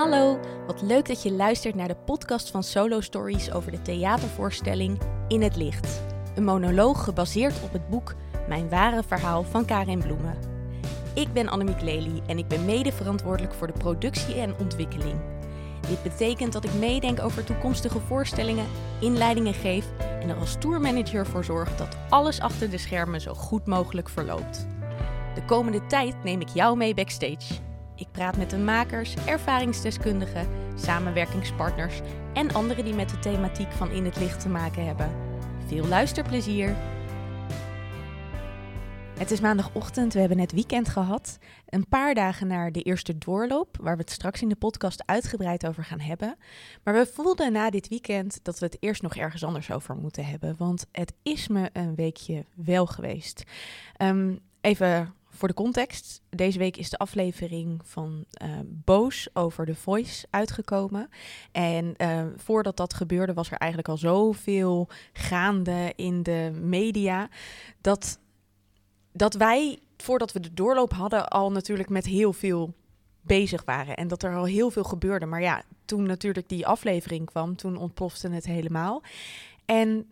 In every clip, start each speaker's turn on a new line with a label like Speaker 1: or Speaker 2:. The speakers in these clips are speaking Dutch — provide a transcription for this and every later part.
Speaker 1: Hallo, wat leuk dat je luistert naar de podcast van Solo Stories over de theatervoorstelling In het Licht. Een monoloog gebaseerd op het boek Mijn ware verhaal van Karin Bloemen. Ik ben Annemiek Lely en ik ben mede verantwoordelijk voor de productie en ontwikkeling. Dit betekent dat ik meedenk over toekomstige voorstellingen, inleidingen geef en er als tourmanager voor zorg dat alles achter de schermen zo goed mogelijk verloopt. De komende tijd neem ik jou mee backstage. Ik praat met de makers, ervaringsdeskundigen, samenwerkingspartners en anderen die met de thematiek van In het Licht te maken hebben. Veel luisterplezier! Het is maandagochtend, we hebben net weekend gehad. Een paar dagen naar de eerste doorloop, waar we het straks in de podcast uitgebreid over gaan hebben. Maar we voelden na dit weekend dat we het eerst nog ergens anders over moeten hebben. Want het is me een weekje wel geweest. Even voor de context. Deze week is de aflevering van Boos over The Voice uitgekomen. En voordat dat gebeurde was er eigenlijk al zoveel gaande in de media dat wij, voordat we de doorloop hadden, al natuurlijk met heel veel bezig waren. En dat er al heel veel gebeurde. Maar ja, toen natuurlijk die aflevering kwam, toen ontplofte het helemaal. En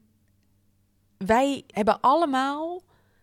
Speaker 1: wij hebben allemaal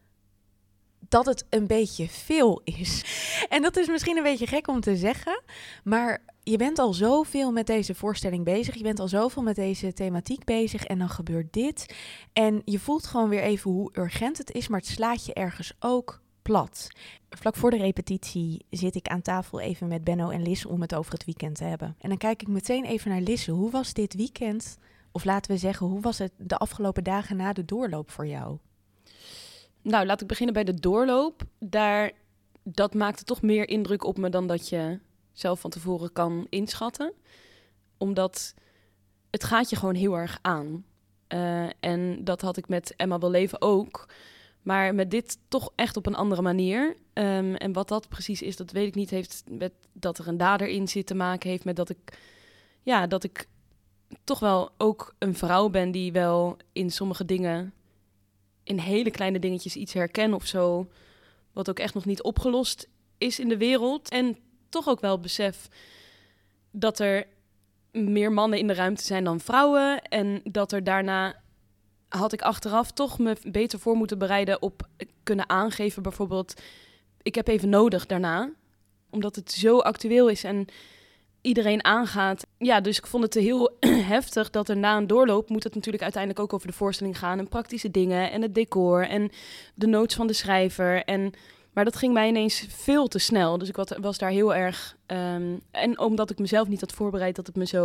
Speaker 1: dat het een beetje veel is. En dat is misschien een beetje gek om te zeggen, maar je bent al zoveel met deze voorstelling bezig. Je bent al zoveel met deze thematiek bezig en dan gebeurt dit. En je voelt gewoon weer even hoe urgent het is, maar het slaat je ergens ook plat. Vlak voor de repetitie zit ik aan tafel even met Benno en Lisse om het over het weekend te hebben. En dan kijk ik meteen even naar Lisse. Hoe was dit weekend? Of laten we zeggen, hoe was het de afgelopen dagen na de doorloop voor jou?
Speaker 2: Nou, laat ik beginnen bij de doorloop. Dat maakte toch meer indruk op me dan dat je zelf van tevoren kan inschatten. Omdat het gaat je gewoon heel erg aan. En dat had ik met Emma wil leven ook. Maar met dit toch echt op een andere manier. En wat dat precies is, dat weet ik niet. Heeft met dat er een dader in zit te maken heeft met dat ik toch wel ook een vrouw ben die wel in sommige dingen, in hele kleine dingetjes iets herken of zo, wat ook echt nog niet opgelost is in de wereld. En toch ook wel besef dat er meer mannen in de ruimte zijn dan vrouwen. En dat er daarna had ik achteraf toch me beter voor moeten bereiden op kunnen aangeven. Bijvoorbeeld, ik heb even nodig daarna, omdat het zo actueel is en iedereen aangaat. Ja, dus ik vond het heel heftig dat er na een doorloop moet het natuurlijk uiteindelijk ook over de voorstelling gaan en praktische dingen en het decor en de notes van de schrijver. Maar dat ging mij ineens veel te snel. Dus ik was daar heel erg en omdat ik mezelf niet had voorbereid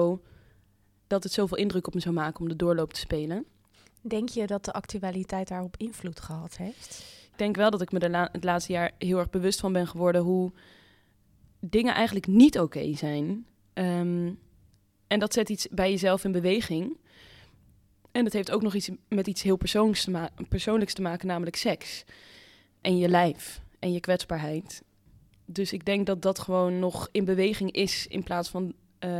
Speaker 2: dat het zoveel indruk op me zou maken om de doorloop te spelen.
Speaker 1: Denk je dat de actualiteit daarop invloed gehad heeft?
Speaker 2: Ik denk wel dat ik me het laatste jaar heel erg bewust van ben geworden hoe dingen eigenlijk niet oké zijn. En dat zet iets bij jezelf in beweging. En dat heeft ook nog iets met iets heel persoonlijks te maken, namelijk seks. En je lijf en je kwetsbaarheid. Dus ik denk dat dat gewoon nog in beweging is in plaats van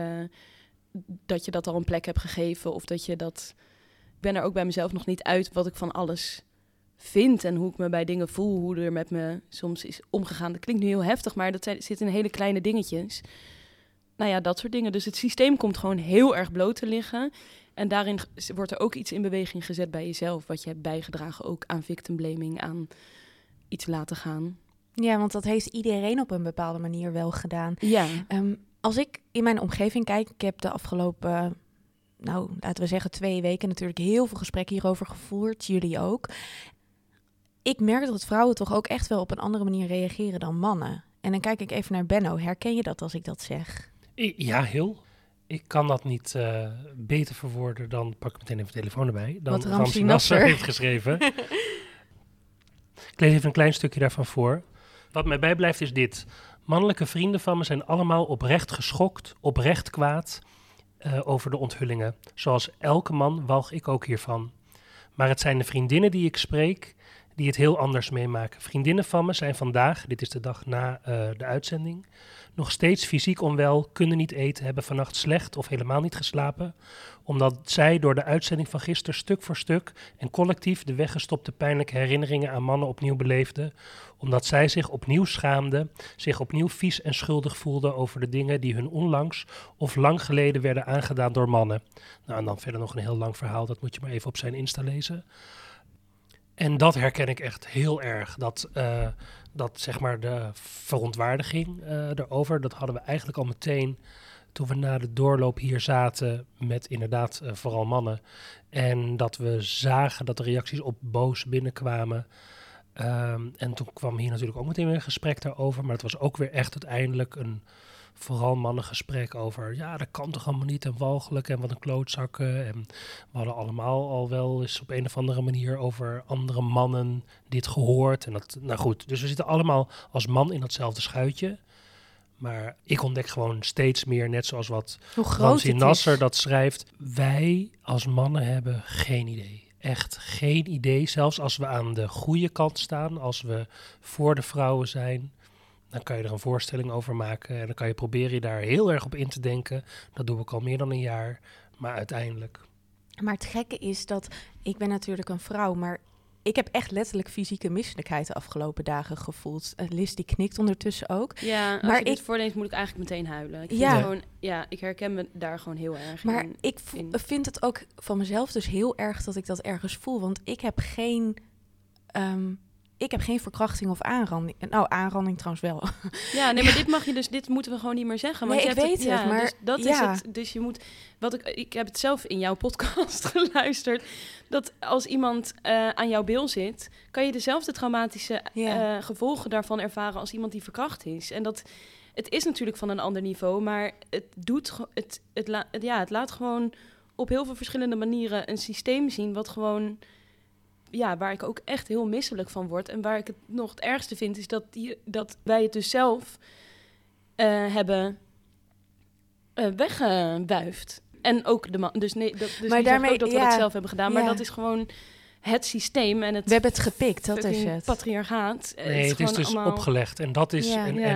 Speaker 2: dat je dat al een plek hebt gegeven. Of dat je dat. Ik ben er ook bij mezelf nog niet uit wat ik van alles vind en hoe ik me bij dingen voel, hoe er met me soms is omgegaan. Dat klinkt nu heel heftig, maar dat zit in hele kleine dingetjes. Nou ja, dat soort dingen. Dus het systeem komt gewoon heel erg bloot te liggen. En daarin wordt er ook iets in beweging gezet bij jezelf, wat je hebt bijgedragen ook aan victim blaming, aan iets laten gaan.
Speaker 1: Ja, want dat heeft iedereen op een bepaalde manier wel gedaan.
Speaker 2: Ja.
Speaker 1: Als ik in mijn omgeving kijk, ik heb de afgelopen, laten we zeggen 2 weken natuurlijk heel veel gesprekken hierover gevoerd, jullie ook. Ik merk dat vrouwen toch ook echt wel op een andere manier reageren dan mannen. En dan kijk ik even naar Benno. Herken je dat als ik dat zeg?
Speaker 3: Ja, heel. Ik kan dat niet beter verwoorden dan, pak ik meteen even de telefoon erbij, dan Ramsi Nasser heeft geschreven. Ik lees even een klein stukje daarvan voor. Wat mij bijblijft is dit. Mannelijke vrienden van me zijn allemaal oprecht geschokt, oprecht kwaad over de onthullingen. Zoals elke man walg ik ook hiervan. Maar het zijn de vriendinnen die ik spreek, die het heel anders meemaken. Vriendinnen van me zijn vandaag, dit is de dag na de uitzending, nog steeds fysiek onwel, kunnen niet eten, hebben vannacht slecht of helemaal niet geslapen, omdat zij door de uitzending van gisteren stuk voor stuk en collectief de weggestopte pijnlijke herinneringen aan mannen opnieuw beleefden, omdat zij zich opnieuw schaamden, zich opnieuw vies en schuldig voelden over de dingen die hun onlangs of lang geleden werden aangedaan door mannen. Nou, en dan verder nog een heel lang verhaal, dat moet je maar even op zijn Insta lezen. En dat herken ik echt heel erg, dat zeg maar de verontwaardiging erover, dat hadden we eigenlijk al meteen toen we na de doorloop hier zaten met inderdaad vooral mannen. En dat we zagen dat de reacties op boos binnenkwamen. En toen kwam hier natuurlijk ook meteen weer een gesprek daarover. Maar het was ook weer echt uiteindelijk een vooral mannengesprek over... ja, dat kan toch allemaal niet en walgelijk en wat een klootzakken. En we hadden allemaal al wel eens op een of andere manier over andere mannen dit gehoord. En dat, nou goed, dus we zitten allemaal als man in datzelfde schuitje. Maar ik ontdek gewoon steeds meer, net zoals wat Ramzi Nasser dat schrijft. Wij als mannen hebben geen idee. Echt geen idee. Zelfs als we aan de goede kant staan, als we voor de vrouwen zijn, dan kan je er een voorstelling over maken. En dan kan je proberen je daar heel erg op in te denken. Dat doe ik al meer dan een jaar. Maar uiteindelijk...
Speaker 1: Maar het gekke is dat, ik ben natuurlijk een vrouw, maar ik heb echt letterlijk fysieke misselijkheid de afgelopen dagen gevoeld. Liz die knikt ondertussen ook.
Speaker 2: Ja, als maar je dit voorleest moet ik eigenlijk meteen huilen. Ik herken me daar gewoon heel erg
Speaker 1: maar in. Ik vind het ook van mezelf dus heel erg dat ik dat ergens voel. Want ik heb geen verkrachting of aanranding. Nou, aanranding trouwens wel.
Speaker 2: Ja, nee, maar dit moeten we gewoon niet meer zeggen. Want
Speaker 1: nee, ik weet het, maar...
Speaker 2: Dus dat is het. Dus je moet... Ik heb het zelf in jouw podcast geluisterd. Dat als iemand aan jouw bil zit, kan je dezelfde traumatische gevolgen daarvan ervaren als iemand die verkracht is. En het is natuurlijk van een ander niveau, maar het laat gewoon op heel veel verschillende manieren een systeem zien wat gewoon... Ja, waar ik ook echt heel misselijk van word. En waar ik het nog het ergste vind, is dat wij het dus zelf hebben weggewuifd. En ook de man. Dus nee, maar daarmee ook dat we het zelf hebben gedaan. Maar dat is gewoon het systeem. En
Speaker 1: we hebben het gepikt, dat is het.
Speaker 2: Patriarchaat.
Speaker 3: Nee, het is dus allemaal opgelegd. En dat is,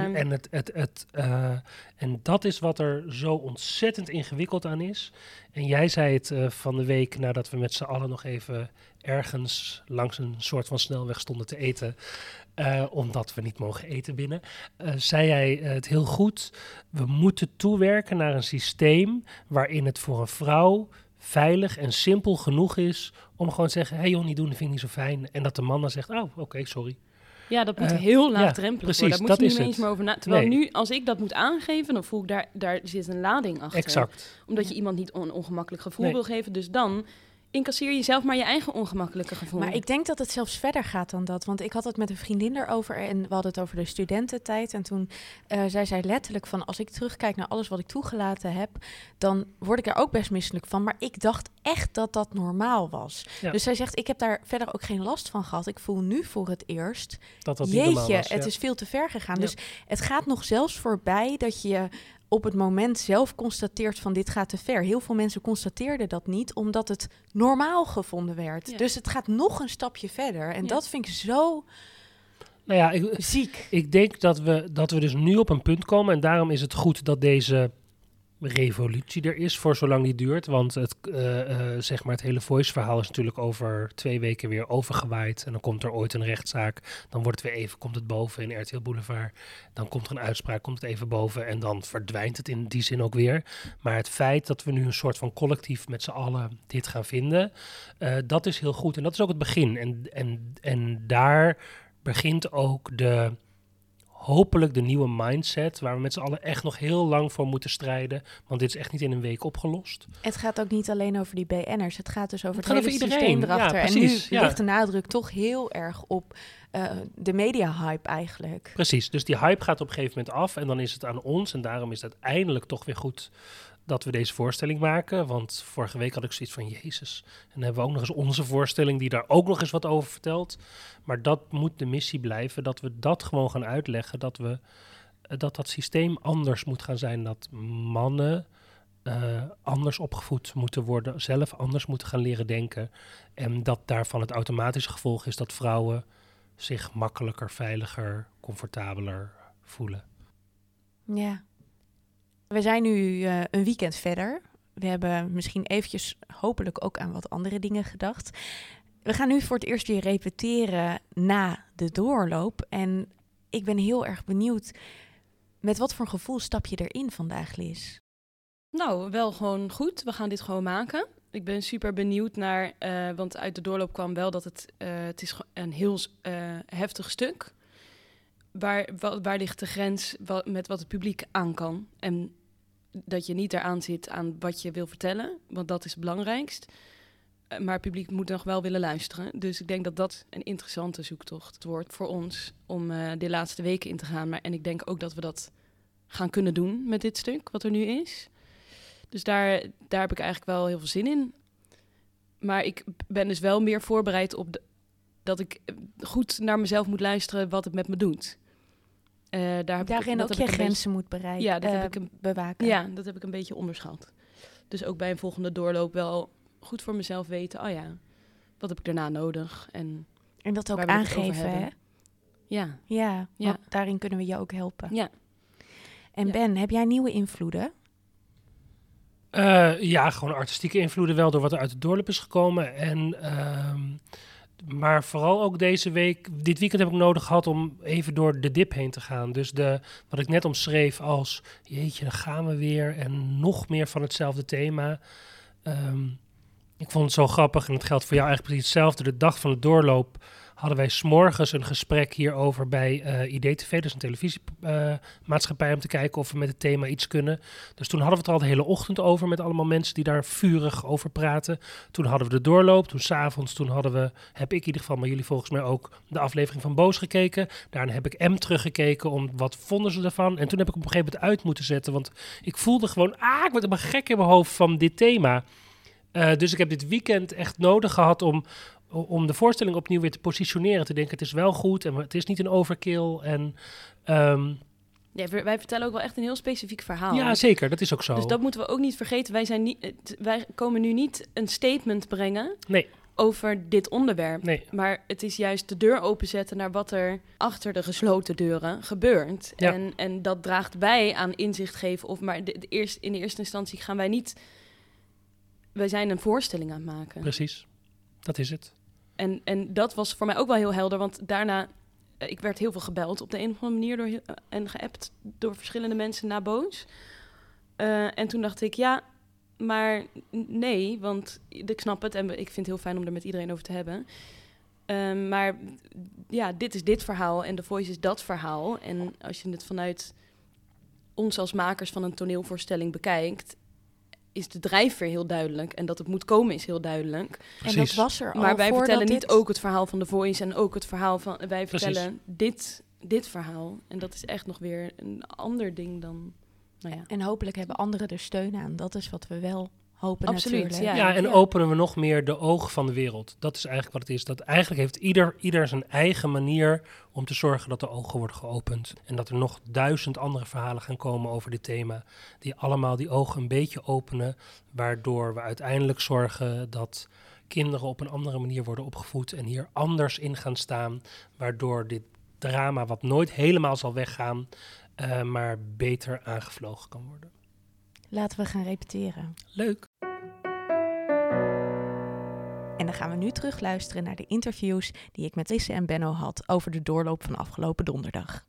Speaker 3: en dat is wat er zo ontzettend ingewikkeld aan is. En jij zei het van de week nadat we met z'n allen nog even ergens langs een soort van snelweg stonden te eten, omdat we niet mogen eten binnen, zei jij het heel goed. We moeten toewerken naar een systeem waarin het voor een vrouw veilig en simpel genoeg is om gewoon te zeggen, hey joh, niet doen, dat vind ik niet zo fijn. En dat de man dan zegt, oh, oké, sorry.
Speaker 2: Ja, dat moet heel laagdrempelig worden. Daar moet je niet eens meer over na. Terwijl nu, als ik dat moet aangeven, dan voel ik daar zit een lading achter.
Speaker 3: Exact.
Speaker 2: Omdat je iemand niet een ongemakkelijk gevoel wil geven. Dus dan incasseer je zelf maar je eigen ongemakkelijke gevoel.
Speaker 1: Maar ik denk dat het zelfs verder gaat dan dat. Want ik had het met een vriendin erover en we hadden het over de studententijd. En toen zei zij letterlijk van, als ik terugkijk naar alles wat ik toegelaten heb, dan word ik er ook best misselijk van. Maar ik dacht echt dat dat normaal was. Ja. Dus zij zegt, ik heb daar verder ook geen last van gehad. Ik voel nu voor het eerst,
Speaker 3: dat niet normaal was,
Speaker 1: het is veel te ver gegaan. Ja. Dus het gaat nog zelfs voorbij dat je op het moment zelf constateert van dit gaat te ver. Heel veel mensen constateerden dat niet, omdat het normaal gevonden werd. Ja. Dus het gaat nog een stapje verder. En dat vind ik zo ziek.
Speaker 3: Ik denk dat we dus nu op een punt komen. En daarom is het goed dat deze revolutie er is voor zolang die duurt. Want het hele Voice-verhaal is natuurlijk over 2 weken weer overgewaaid. En dan komt er ooit een rechtszaak. Dan wordt het weer even, komt het boven in RTL Boulevard. Dan komt er een uitspraak, komt het even boven. En dan verdwijnt het in die zin ook weer. Maar het feit dat we nu een soort van collectief met z'n allen dit gaan vinden, dat is heel goed. En dat is ook het begin. En daar begint ook hopelijk de nieuwe mindset, waar we met z'n allen echt nog heel lang voor moeten strijden. Want dit is echt niet in een week opgelost.
Speaker 1: Het gaat ook niet alleen over die BN'ers. Het gaat dus over het hele systeem erachter. Ja, precies, en nu ligt de nadruk toch heel erg op de media-hype eigenlijk.
Speaker 3: Precies, dus die hype gaat op een gegeven moment af. En dan is het aan ons, en daarom is het uiteindelijk toch weer goed dat we deze voorstelling maken. Want vorige week had ik zoiets van, Jezus. En dan hebben we ook nog eens onze voorstelling die daar ook nog eens wat over vertelt. Maar dat moet de missie blijven. Dat we dat gewoon gaan uitleggen. Dat systeem anders moet gaan zijn. Dat mannen anders opgevoed moeten worden, zelf anders moeten gaan leren denken. En dat daarvan het automatische gevolg is dat vrouwen zich makkelijker, veiliger, comfortabeler voelen.
Speaker 1: Ja. We zijn nu een weekend verder. We hebben misschien eventjes hopelijk ook aan wat andere dingen gedacht. We gaan nu voor het eerst weer repeteren na de doorloop. En ik ben heel erg benieuwd, met wat voor gevoel stap je erin vandaag, Liz?
Speaker 2: Nou, wel gewoon goed. We gaan dit gewoon maken. Ik ben super benieuwd naar, want uit de doorloop kwam wel dat het is een heel heftig stuk. Waar ligt de grens met wat het publiek aan kan? En dat je niet eraan zit aan wat je wil vertellen, want dat is het belangrijkst. Maar het publiek moet nog wel willen luisteren. Dus ik denk dat dat een interessante zoektocht wordt voor ons om de laatste weken in te gaan. En ik denk ook dat we dat gaan kunnen doen met dit stuk, wat er nu is. Dus daar heb ik eigenlijk wel heel veel zin in. Maar ik ben dus wel meer voorbereid op dat ik goed naar mezelf moet luisteren wat het met me doet.
Speaker 1: Daarin ook je grenzen moet bereiken.
Speaker 2: Ja, dat heb ik
Speaker 1: bewaken.
Speaker 2: Ja, dat heb ik een beetje onderschat. Dus ook bij een volgende doorloop wel goed voor mezelf weten, wat heb ik daarna nodig? En
Speaker 1: dat ook aangeven, hè?
Speaker 2: Ja.
Speaker 1: Ja, want daarin kunnen we je ook helpen.
Speaker 2: Ja.
Speaker 1: En Ben, heb jij nieuwe invloeden?
Speaker 3: Gewoon artistieke invloeden wel door wat er uit de doorloop is gekomen. Maar vooral ook dit weekend heb ik nodig gehad om even door de dip heen te gaan. Dus wat ik net omschreef als, jeetje, dan gaan we weer en nog meer van hetzelfde thema. Ik vond het zo grappig en het geldt voor jou eigenlijk precies hetzelfde. De dag van de doorloop hadden wij 's morgens een gesprek hierover bij IDTV, dus een televisiemaatschappij, om te kijken of we met het thema iets kunnen. Dus toen hadden we het er al de hele ochtend over met allemaal mensen die daar vurig over praten. Toen hadden we de doorloop, toen 's avonds, heb ik in ieder geval, maar jullie volgens mij ook, de aflevering van Boos gekeken. Daarna heb ik M teruggekeken om wat vonden ze ervan. En toen heb ik op een gegeven moment uit moeten zetten, want ik voelde gewoon, ik word helemaal gek in mijn hoofd van dit thema. Dus ik heb dit weekend echt nodig gehad om de voorstelling opnieuw weer te positioneren. Te denken, het is wel goed en het is niet een overkill.
Speaker 2: Wij vertellen ook wel echt een heel specifiek verhaal.
Speaker 3: Ja, zeker. Dat is ook zo.
Speaker 2: Dus dat moeten we ook niet vergeten. Wij komen nu niet een statement brengen over dit onderwerp.
Speaker 3: Nee.
Speaker 2: Maar het is juist de deur openzetten naar wat er achter de gesloten deuren gebeurt.
Speaker 3: Ja.
Speaker 2: En dat draagt bij aan inzicht geven. Maar in de eerste instantie gaan wij niet... Wij zijn een voorstelling aan het maken.
Speaker 3: Precies. Dat is het.
Speaker 2: En dat was voor mij ook wel heel helder, want daarna... Ik werd heel veel gebeld op de een of andere manier en geappt door verschillende mensen na Boos. En toen dacht ik, maar nee, want ik snap het en ik vind het heel fijn om er met iedereen over te hebben. Maar ja, dit is dit verhaal en The Voice is dat verhaal. En als je het vanuit ons als makers van een toneelvoorstelling bekijkt, is de drijfveer heel duidelijk. En dat het moet komen is heel duidelijk.
Speaker 3: Precies.
Speaker 1: En dat was er al.
Speaker 2: Maar wij vertellen niet ook het verhaal van The Voice en ook het verhaal van... Wij
Speaker 3: Precies.
Speaker 2: vertellen dit verhaal. En dat is echt nog weer een ander ding dan...
Speaker 1: En hopelijk hebben anderen er steun aan. Dat is wat we wel hopen.
Speaker 2: Absoluut,
Speaker 1: natuurlijk.
Speaker 3: Ja, openen we nog meer de ogen van de wereld. Dat is eigenlijk wat het is. Dat eigenlijk heeft ieder zijn eigen manier om te zorgen dat de ogen worden geopend. En dat er nog 1000 andere verhalen gaan komen over dit thema. Die allemaal die ogen een beetje openen. Waardoor we uiteindelijk zorgen dat kinderen op een andere manier worden opgevoed. En hier anders in gaan staan. Waardoor dit drama, wat nooit helemaal zal weggaan, maar beter aangevlogen kan worden.
Speaker 1: Laten we gaan repeteren.
Speaker 3: Leuk.
Speaker 1: En dan gaan we nu terug luisteren naar de interviews die ik met Lisse en Benno had over de doorloop van afgelopen donderdag.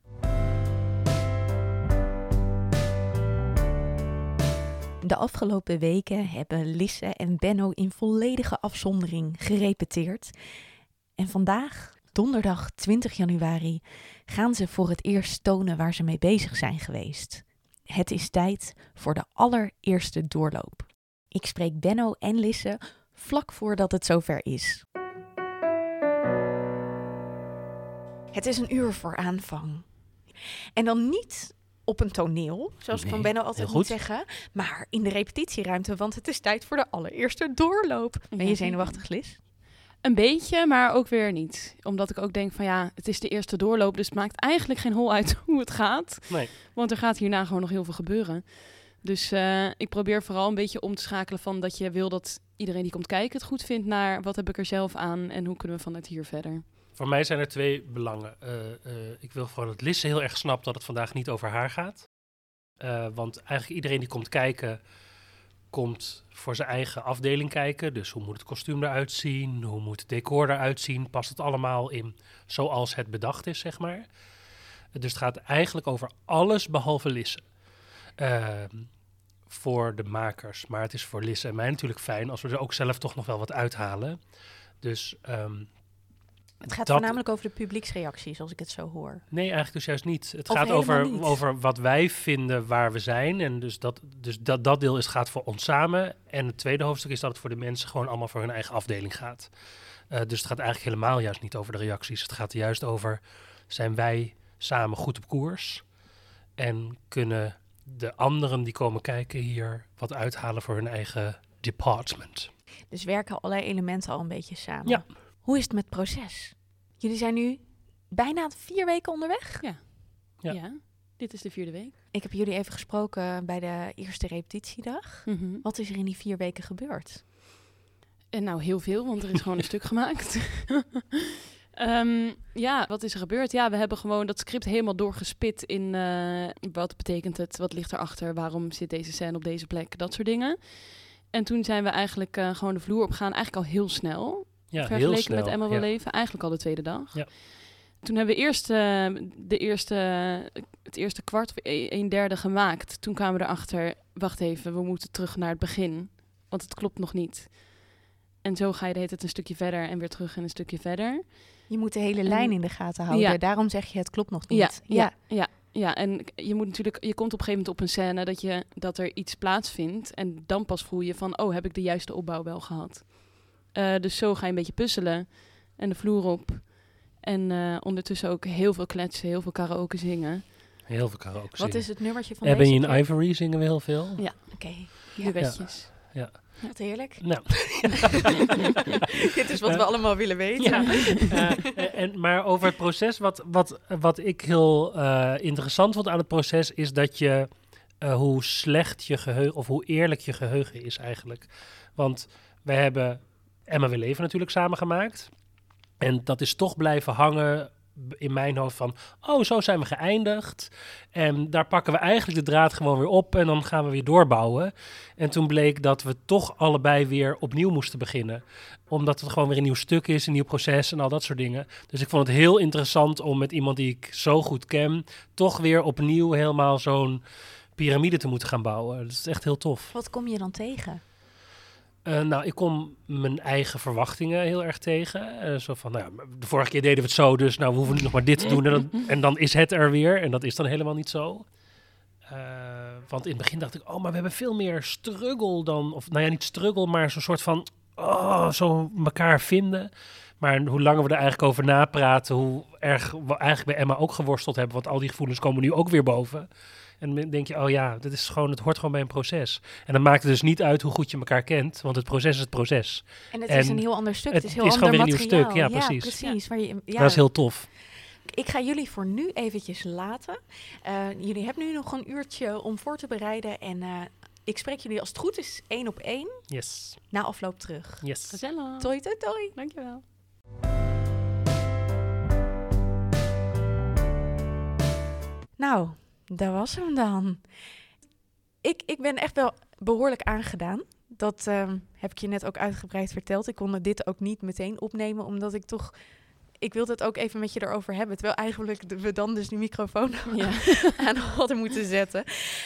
Speaker 1: De afgelopen weken hebben Lisse en Benno in volledige afzondering gerepeteerd. En vandaag, donderdag 20 januari, gaan ze voor het eerst tonen waar ze mee bezig zijn geweest. Het is tijd voor de allereerste doorloop. Ik spreek Benno en Lisse vlak voordat het zover is. Het is een uur voor aanvang. En dan niet op een toneel, zoals ik van Benno altijd moet zeggen, maar in de repetitieruimte, want het is tijd voor de allereerste doorloop. Ben je zenuwachtig, Lis?
Speaker 2: Een beetje, maar ook weer niet. Omdat ik ook denk van het is de eerste doorloop, dus het maakt eigenlijk geen hol uit hoe het gaat.
Speaker 3: Nee.
Speaker 2: Want er gaat hierna gewoon nog heel veel gebeuren. Dus ik probeer vooral een beetje om te schakelen van dat je wil dat iedereen die komt kijken het goed vindt naar wat heb ik er zelf aan en hoe kunnen we vanuit hier verder.
Speaker 3: Voor mij zijn er 2 belangen. Ik wil gewoon dat Lisse heel erg snapt dat het vandaag niet over haar gaat. Want eigenlijk iedereen die komt kijken, komt voor zijn eigen afdeling kijken. Dus hoe moet het kostuum eruit zien? Hoe moet het decor eruit zien? Past het allemaal in zoals het bedacht is, zeg maar? Dus het gaat eigenlijk over alles behalve Lisse. Voor de makers. Maar het is voor Lisse en mij natuurlijk fijn als we er ook zelf toch nog wel wat uithalen. Dus...
Speaker 1: het gaat voornamelijk over de publieksreacties, als ik het zo hoor.
Speaker 3: Nee, eigenlijk dus juist niet. Het
Speaker 1: Of
Speaker 3: gaat
Speaker 1: niet.
Speaker 3: over wat wij vinden waar we zijn. En dus dat deel gaat voor ons samen. En het tweede hoofdstuk is dat het voor de mensen gewoon allemaal voor hun eigen afdeling gaat. Dus het gaat eigenlijk helemaal juist niet over de reacties. Het gaat er juist over, zijn wij samen goed op koers? En kunnen de anderen die komen kijken hier wat uithalen voor hun eigen department?
Speaker 1: Dus werken allerlei elementen al een beetje samen.
Speaker 3: Ja.
Speaker 1: Hoe is het met het proces? Jullie zijn nu bijna 4 weken onderweg.
Speaker 2: Ja, dit is de 4e week.
Speaker 1: Ik heb jullie even gesproken bij de eerste repetitiedag.
Speaker 2: Mm-hmm.
Speaker 1: Wat is er in die 4 weken gebeurd?
Speaker 2: En nou, heel veel, want er is gewoon een stuk gemaakt. Wat is er gebeurd? Ja, we hebben gewoon dat script helemaal doorgespit in wat betekent het, wat ligt erachter, waarom zit deze scène op deze plek, dat soort dingen. En toen zijn we eigenlijk gewoon de vloer op gegaan, eigenlijk al heel snel.
Speaker 3: Ja,
Speaker 2: vergeleken
Speaker 3: heel snel.
Speaker 2: met Emma wil leven, eigenlijk al de tweede dag.
Speaker 3: Ja.
Speaker 2: Toen hebben we eerst het eerste kwart of 1/3 gemaakt. Toen kwamen we erachter, wacht even, we moeten terug naar het begin. Want het klopt nog niet. En zo ga je de hele tijd een stukje verder en weer terug en een stukje verder.
Speaker 1: Je moet de hele lijn in de gaten houden.
Speaker 2: Ja.
Speaker 1: Daarom zeg je, het klopt nog niet.
Speaker 2: Ja, en je moet natuurlijk, je komt op een gegeven moment op een scène dat er iets plaatsvindt. En dan pas voel je van, oh, heb ik de juiste opbouw wel gehad? Dus zo ga je een beetje puzzelen en de vloer op. En ondertussen ook heel veel kletsen, heel veel karaoke zingen.
Speaker 3: Heel veel karaoke zingen.
Speaker 1: Wat is het nummertje van
Speaker 3: Ebony
Speaker 1: deze
Speaker 3: and
Speaker 1: keer?
Speaker 3: Ivory zingen we heel veel.
Speaker 2: Ja,
Speaker 1: Oké.
Speaker 2: duetjes.
Speaker 3: Ja.
Speaker 1: Wat heerlijk.
Speaker 3: Nou.
Speaker 1: Dit is wat we allemaal willen weten.
Speaker 3: Ja. Maar over het proces, wat ik heel interessant vond aan het proces, is dat je hoe slecht je geheugen, of hoe eerlijk je geheugen is eigenlijk. Want wij hebben Emma wil leven natuurlijk samen gemaakt. En dat is toch blijven hangen in mijn hoofd van, oh, zo zijn we geëindigd. En daar pakken we eigenlijk de draad gewoon weer op en dan gaan we weer doorbouwen. En toen bleek dat we toch allebei weer opnieuw moesten beginnen. Omdat het gewoon weer een nieuw stuk is, een nieuw proces en al dat soort dingen. Dus ik vond het heel interessant om met iemand die ik zo goed ken, toch weer opnieuw helemaal zo'n piramide te moeten gaan bouwen. Dat is echt heel tof.
Speaker 1: Wat kom je dan tegen?
Speaker 3: Ik kom mijn eigen verwachtingen heel erg tegen. Zo van, de vorige keer deden we het zo, dus we hoeven nu nog maar dit te doen. En dan is het er weer. En dat is dan helemaal niet zo. Want in het begin dacht ik, maar we hebben veel meer struggle dan... Of niet struggle, maar zo'n soort van... zo elkaar vinden. Maar hoe langer we er eigenlijk over napraten, hoe erg we eigenlijk bij Emma ook geworsteld hebben. Want al die gevoelens komen nu ook weer boven. En dan denk je, dit is gewoon, het hoort gewoon bij een proces. En dan maakt het dus niet uit hoe goed je elkaar kent, want het proces is het proces.
Speaker 1: En het is een heel ander stuk.
Speaker 3: Het
Speaker 1: is heel
Speaker 3: is gewoon weer
Speaker 1: ander
Speaker 3: een nieuw
Speaker 1: materiaal.
Speaker 3: stuk, ja, precies.
Speaker 1: Ja.
Speaker 3: Dat is heel tof.
Speaker 1: Ik ga jullie voor nu eventjes laten. Jullie hebben nu nog een uurtje om voor te bereiden. En ik spreek jullie als het goed is 1 op 1.
Speaker 3: Yes.
Speaker 1: Na afloop terug.
Speaker 3: Yes.
Speaker 2: Gezellig.
Speaker 1: Toi, toi, toi.
Speaker 2: Dankjewel.
Speaker 1: Nou, daar was hem dan. Ik ben echt wel behoorlijk aangedaan. Dat heb ik je net ook uitgebreid verteld. Ik kon dit ook niet meteen opnemen, omdat ik toch... Ik wilde het ook even met je erover hebben. Terwijl eigenlijk we dan dus die microfoon aan hadden moeten zetten.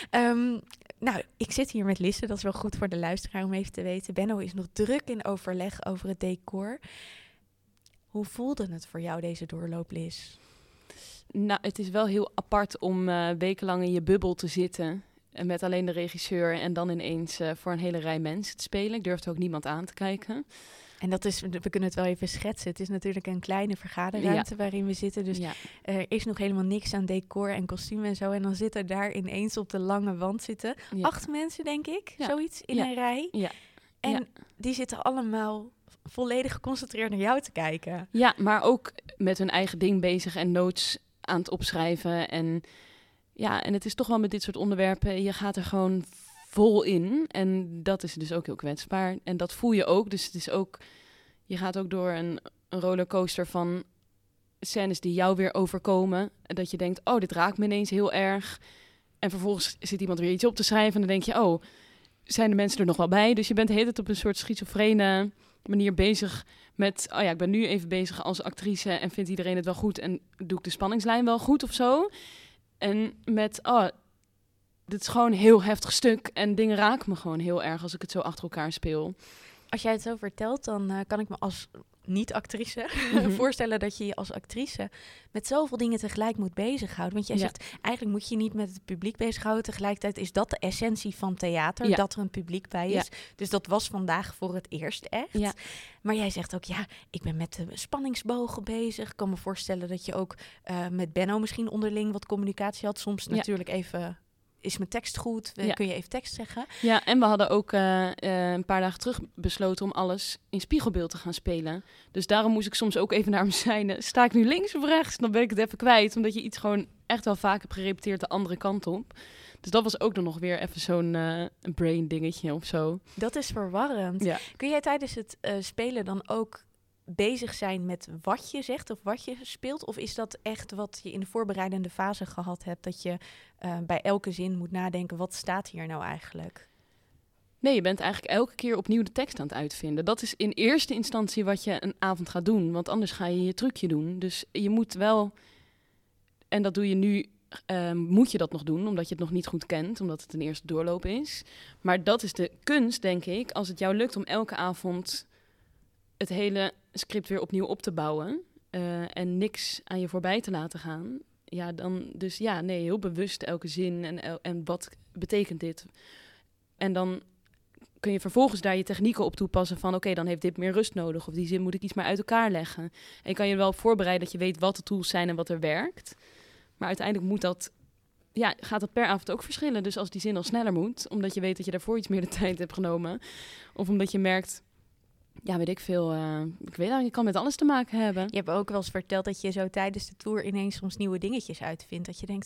Speaker 1: Ik zit hier met Lisse. Dat is wel goed voor de luisteraar om even te weten. Benno is nog druk in overleg over het decor. Hoe voelde het voor jou, deze doorloop, Lis?
Speaker 2: Nou, het is wel heel apart om wekenlang in je bubbel te zitten. Met alleen de regisseur en dan ineens voor een hele rij mensen te spelen. Ik durfde ook niemand aan te kijken.
Speaker 1: En dat is, we kunnen het wel even schetsen. Het is natuurlijk een kleine vergaderruimte waarin we zitten. Dus er is nog helemaal niks aan decor en kostuum en zo. En dan zitten daar ineens op de lange wand 8 mensen, denk ik. Zoiets, in een rij.
Speaker 2: Ja.
Speaker 1: En die zitten allemaal volledig geconcentreerd naar jou te kijken.
Speaker 2: Ja, maar ook met hun eigen ding bezig en notes aan het opschrijven. En het is toch wel met dit soort onderwerpen, je gaat er gewoon vol in. En dat is dus ook heel kwetsbaar. En dat voel je ook. Dus het is ook, je gaat ook door een rollercoaster van scènes die jou weer overkomen. En dat je denkt, oh, dit raakt me ineens heel erg. En vervolgens zit iemand weer iets op te schrijven. En dan denk je, oh, zijn de mensen er nog wel bij? Dus je bent de hele tijd op een soort schizofrene manier bezig met, oh ja, ik ben nu even bezig als actrice en vindt iedereen het wel goed en doe ik de spanningslijn wel goed of zo? En met, oh, dit is gewoon een heel heftig stuk en dingen raken me gewoon heel erg als ik het zo achter elkaar speel.
Speaker 1: Als jij het zo vertelt, dan kan ik me als niet-actrice voorstellen dat je je als actrice met zoveel dingen tegelijk moet bezighouden. Want jij zegt, eigenlijk moet je niet met het publiek bezighouden. Tegelijkertijd is dat de essentie van theater, dat er een publiek bij is. Ja. Dus dat was vandaag voor het eerst echt. Ja. Maar jij zegt ook, ik ben met de spanningsbogen bezig. Ik kan me voorstellen dat je ook met Benno misschien onderling wat communicatie had. Soms natuurlijk even, is mijn tekst goed? Kun je even tekst zeggen?
Speaker 2: Ja, en we hadden ook een paar dagen terug besloten om alles in spiegelbeeld te gaan spelen. Dus daarom moest ik soms ook even naar hem zijn. Sta ik nu links of rechts? Dan ben ik het even kwijt. Omdat je iets gewoon echt wel vaak hebt gerepeteerd de andere kant op. Dus dat was ook dan nog weer even zo'n brain dingetje of zo.
Speaker 1: Dat is verwarrend. Ja. Kun jij tijdens het spelen dan ook bezig zijn met wat je zegt of wat je speelt? Of is dat echt wat je in de voorbereidende fase gehad hebt, dat je bij elke zin moet nadenken, wat staat hier nou eigenlijk?
Speaker 2: Nee, je bent eigenlijk elke keer opnieuw de tekst aan het uitvinden. Dat is in eerste instantie wat je een avond gaat doen, want anders ga je je trucje doen. Dus je moet wel, en dat doe je nu, moet je dat nog doen, omdat je het nog niet goed kent, omdat het een eerste doorloop is. Maar dat is de kunst, denk ik, als het jou lukt om elke avond het hele script weer opnieuw op te bouwen en niks aan je voorbij te laten gaan. Ja, dan dus heel bewust elke zin en wat betekent dit? En dan kun je vervolgens daar je technieken op toepassen van oké, dan heeft dit meer rust nodig of die zin moet ik iets meer uit elkaar leggen. En je kan je wel voorbereiden dat je weet wat de tools zijn en wat er werkt. Maar uiteindelijk gaat dat per avond ook verschillen. Dus als die zin al sneller moet, omdat je weet dat je daarvoor iets meer de tijd hebt genomen, of omdat je merkt, weet ik veel. Ik weet eigenlijk, je kan met alles te maken hebben.
Speaker 1: Je hebt ook wel eens verteld dat je zo tijdens de tour ineens soms nieuwe dingetjes uitvindt. Dat je denkt,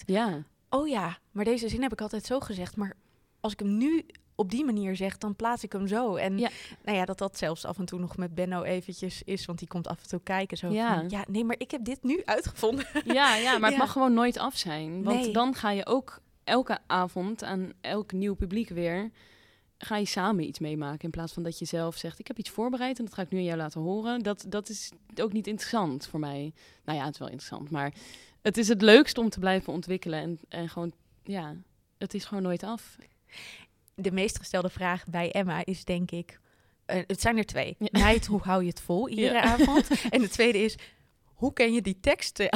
Speaker 1: maar deze zin heb ik altijd zo gezegd. Maar als ik hem nu op die manier zeg, dan plaats ik hem zo. En dat zelfs af en toe nog met Benno eventjes is, want die komt af en toe kijken. Zo van, maar ik heb dit nu uitgevonden.
Speaker 2: Maar het mag gewoon nooit af zijn. Want dan ga je ook elke avond aan elk nieuw publiek weer, ga je samen iets meemaken in plaats van dat je zelf zegt, ik heb iets voorbereid en dat ga ik nu aan jou laten horen. Dat is ook niet interessant voor mij. Nou ja, het is wel interessant, maar het is het leukste om te blijven ontwikkelen en gewoon, het is gewoon nooit af.
Speaker 1: De meest gestelde vraag bij Emma is denk ik, het zijn er 2. Meid, hoe hou je het vol iedere avond? En de tweede is, hoe ken je die teksten?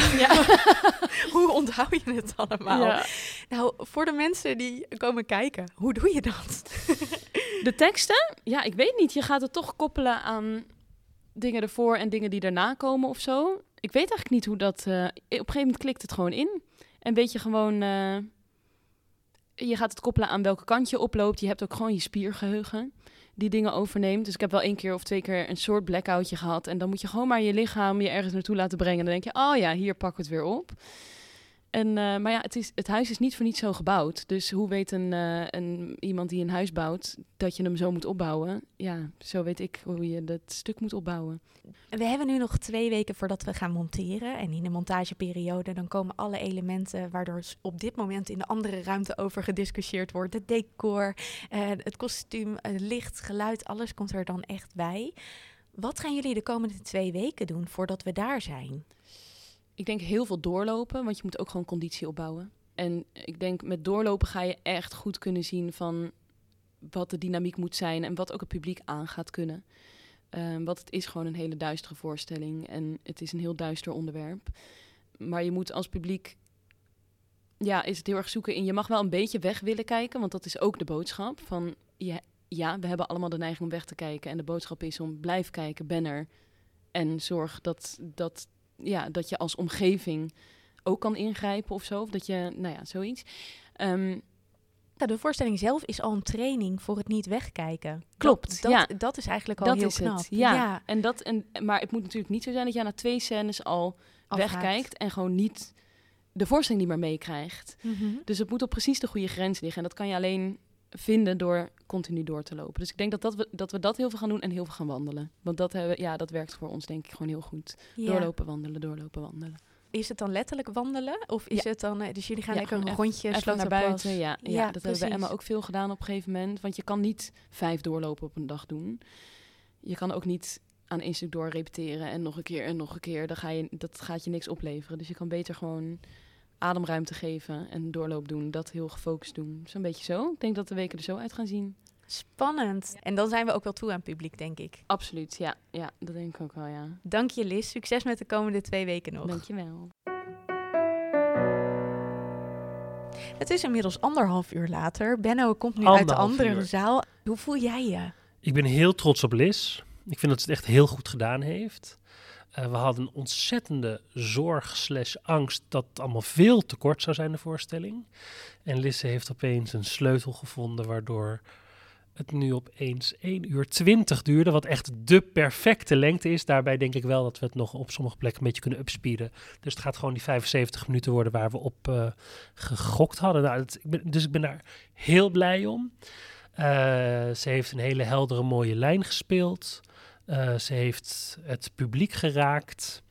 Speaker 1: Hoe onthoud je het allemaal? Ja. Nou, voor de mensen die komen kijken, hoe doe je dat?
Speaker 2: De teksten? Ja, ik weet niet. Je gaat het toch koppelen aan dingen ervoor en dingen die daarna komen of zo. Ik weet eigenlijk niet hoe dat. Op een gegeven moment klikt het gewoon in. En weet je gewoon, je gaat het koppelen aan welke kant je oploopt. Je hebt ook gewoon je spiergeheugen die dingen overneemt. Dus ik heb wel 1 keer of 2 keer een soort blackoutje gehad. En dan moet je gewoon maar je lichaam je ergens naartoe laten brengen. Dan denk je, hier pak ik het weer op. En, maar het huis is niet voor niets zo gebouwd. Dus hoe weet iemand die een huis bouwt dat je hem zo moet opbouwen? Ja, zo weet ik hoe je dat stuk moet opbouwen.
Speaker 1: We hebben nu nog 2 weken voordat we gaan monteren. En in de montageperiode dan komen alle elementen waardoor op dit moment in de andere ruimte over gediscussieerd wordt. Het decor, het kostuum, het licht, geluid, alles komt er dan echt bij. Wat gaan jullie de komende 2 weken doen voordat we daar zijn?
Speaker 2: Ik denk heel veel doorlopen, want je moet ook gewoon conditie opbouwen. En ik denk met doorlopen ga je echt goed kunnen zien van wat de dynamiek moet zijn en wat ook het publiek aan gaat kunnen. Want het is gewoon een hele duistere voorstelling en het is een heel duister onderwerp. Maar je moet als publiek, is het heel erg zoeken in, je mag wel een beetje weg willen kijken, want dat is ook de boodschap van, we hebben allemaal de neiging om weg te kijken. En de boodschap is om blijf kijken, ben er en zorg dat je als omgeving ook kan ingrijpen of zo. Of dat je, zoiets.
Speaker 1: De voorstelling zelf is al een training voor het niet wegkijken.
Speaker 2: Klopt,
Speaker 1: dat is eigenlijk al heel knap.
Speaker 2: Ja. Maar het moet natuurlijk niet zo zijn dat je na 2 scènes al wegkijkt en gewoon niet de voorstelling niet meer meekrijgt. Mm-hmm. Dus het moet op precies de goede grens liggen. En dat kan je alleen vinden door continu door te lopen. Dus ik denk dat we dat heel veel gaan doen en heel veel gaan wandelen. Want dat werkt voor ons denk ik gewoon heel goed. Ja. Doorlopen, wandelen.
Speaker 1: Is het dan letterlijk wandelen? Of is het dan... Dus jullie gaan lekker een rondje
Speaker 2: even naar buiten. Ja, dat
Speaker 1: precies.
Speaker 2: hebben bij Emma ook veel gedaan op een gegeven moment. Want je kan niet 5 doorlopen op een dag doen. Je kan ook niet aan 1 stuk door repeteren en nog een keer en nog een keer. Dat gaat je niks opleveren. Dus je kan beter gewoon ademruimte geven en doorloop doen. Dat heel gefocust doen. Zo'n beetje zo. Ik denk dat de weken er zo uit gaan zien.
Speaker 1: Spannend. En dan zijn we ook wel toe aan het publiek, denk ik.
Speaker 2: Absoluut, ja. Ja, dat denk ik ook wel, ja.
Speaker 1: Dank je, Liz. Succes met de komende 2 weken nog.
Speaker 2: Dank je wel.
Speaker 1: Het is inmiddels 1,5 uur later. Benno komt nu uit de andere zaal. Hoe voel jij je?
Speaker 3: Ik ben heel trots op Liz. Ik vind dat ze het echt heel goed gedaan heeft. We hadden een ontzettende zorg/angst dat het allemaal veel te kort zou zijn, de voorstelling. En Liz heeft opeens een sleutel gevonden, waardoor het nu opeens 1 uur 20 duurde, wat echt de perfecte lengte is. Daarbij denk ik wel dat we het nog op sommige plekken een beetje kunnen upspeeden. Dus het gaat gewoon die 75 minuten worden waar we op gegokt hadden. Nou, ik ben daar heel blij om. Ze heeft een hele heldere, mooie lijn gespeeld. Ze heeft het publiek geraakt.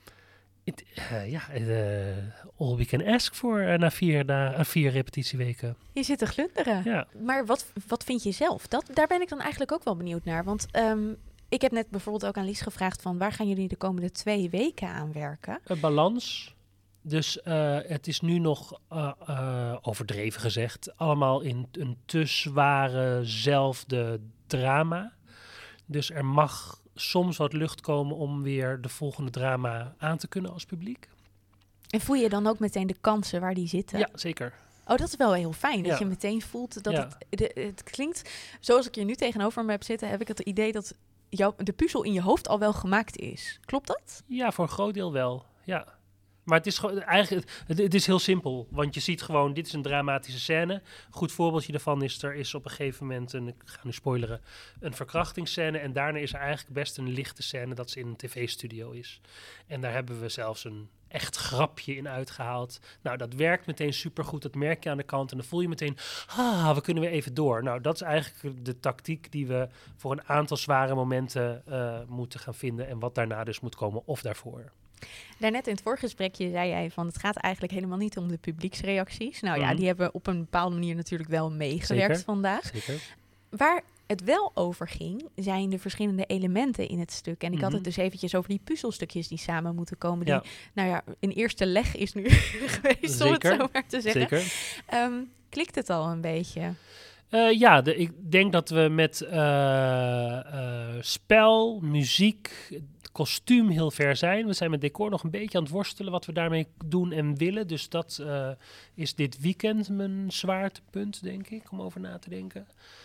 Speaker 3: All we can ask for na 4 repetitieweken.
Speaker 1: Je zit te glunderen.
Speaker 3: Ja.
Speaker 1: Maar wat vind je zelf? Daar ben ik dan eigenlijk ook wel benieuwd naar. Want ik heb net bijvoorbeeld ook aan Lies gevraagd van... waar gaan jullie de komende 2 weken aan werken?
Speaker 3: Een balans. Dus het is nu nog, overdreven gezegd... allemaal in een te zwarezelfde drama. Dus er mag soms wat lucht komen om weer de volgende drama aan te kunnen als publiek.
Speaker 1: En voel je dan ook meteen de kansen waar die zitten?
Speaker 3: Ja, zeker.
Speaker 1: Oh, dat is wel heel fijn. Dat je meteen voelt dat het klinkt... Zoals ik je nu tegenover me heb zitten... heb ik het idee dat de puzzel in je hoofd al wel gemaakt is. Klopt dat?
Speaker 3: Ja, voor een groot deel wel. Ja. Maar het is gewoon eigenlijk, het is heel simpel. Want je ziet gewoon, dit is een dramatische scène. Een goed voorbeeldje daarvan is, er is op een gegeven moment, en ik ga nu spoileren, een verkrachtingsscène. En daarna is er eigenlijk best een lichte scène dat ze in een tv-studio is. En daar hebben we zelfs een echt grapje in uitgehaald. Nou, dat werkt meteen supergoed. Dat merk je aan de kant. En dan voel je meteen, we kunnen weer even door. Nou, dat is eigenlijk de tactiek die we voor een aantal zware momenten moeten gaan vinden. En wat daarna dus moet komen of daarvoor.
Speaker 1: Daarnet in het voorgesprekje zei jij van... het gaat eigenlijk helemaal niet om de publieksreacties. Nou ja, die hebben op een bepaalde manier natuurlijk wel meegewerkt vandaag.
Speaker 3: Zeker.
Speaker 1: Waar het wel over ging, zijn de verschillende elementen in het stuk. En ik had het dus eventjes over die puzzelstukjes die samen moeten komen. Die, nou ja, een eerste leg is nu geweest, om het zo maar te zeggen. Zeker. Klikt het al een beetje?
Speaker 3: Ik denk dat we met spel, muziek, kostuum heel ver zijn. We zijn met decor nog een beetje aan het worstelen wat we daarmee doen en willen. Dus dat is dit weekend mijn zwaartepunt, denk ik, om over na te denken.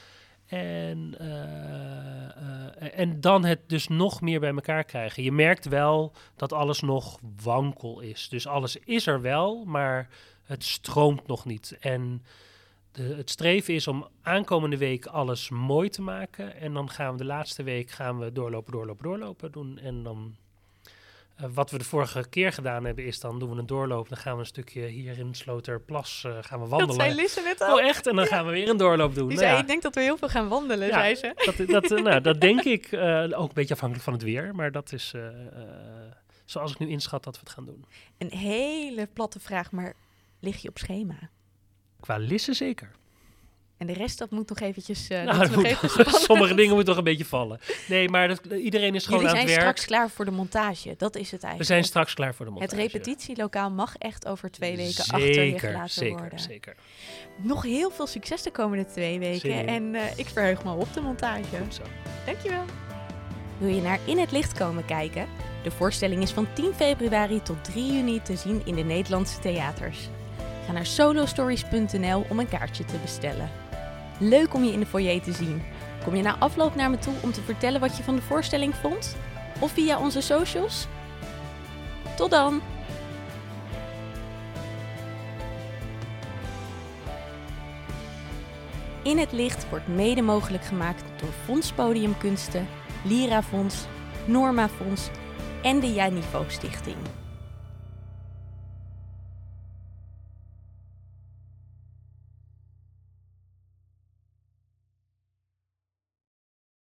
Speaker 3: En dan het dus nog meer bij elkaar krijgen. Je merkt wel dat alles nog wankel is. Dus alles is er wel, maar het stroomt nog niet. En het streven is om aankomende week alles mooi te maken. En dan gaan we de laatste week doorlopen doen. En dan wat we de vorige keer gedaan hebben is dan doen we een doorloop. Dan gaan we een stukje hier in Sloterplas gaan we wandelen.
Speaker 1: Dat zei Lisse net al.
Speaker 3: Oh echt? En dan gaan we weer een doorloop doen.
Speaker 1: Die zei, ik denk dat we heel veel gaan wandelen, zei ze.
Speaker 3: Dat denk ik. Ook een beetje afhankelijk van het weer. Maar dat is zoals ik nu inschat dat we het gaan doen.
Speaker 1: Een hele platte vraag, maar lig je op schema?
Speaker 3: Qua Lisse zeker.
Speaker 1: En de rest, dat moet nog eventjes...
Speaker 3: sommige dingen moeten nog een beetje vallen. Nee, maar iedereen is gewoon aan het werk.
Speaker 1: Jullie zijn straks klaar voor de montage. Dat is het eigenlijk.
Speaker 3: We zijn straks klaar voor de montage.
Speaker 1: Het repetitielokaal mag echt over 2 weken achter je gelaten worden.
Speaker 3: Zeker.
Speaker 1: Nog heel veel succes de komende 2 weken. En ik verheug me op de montage.
Speaker 3: Goed zo.
Speaker 1: Dankjewel. Wil je naar In het Licht komen kijken? De voorstelling is van 10 februari tot 3 juni te zien in de Nederlandse theaters. Ga naar solostories.nl om een kaartje te bestellen. Leuk om je in de foyer te zien. Kom je na afloop naar me toe om te vertellen wat je van de voorstelling vond? Of via onze socials? Tot dan! In het Licht wordt mede mogelijk gemaakt door Fonds Podiumkunsten, Lira Fonds, Norma Fonds en de Ja Niveau Stichting.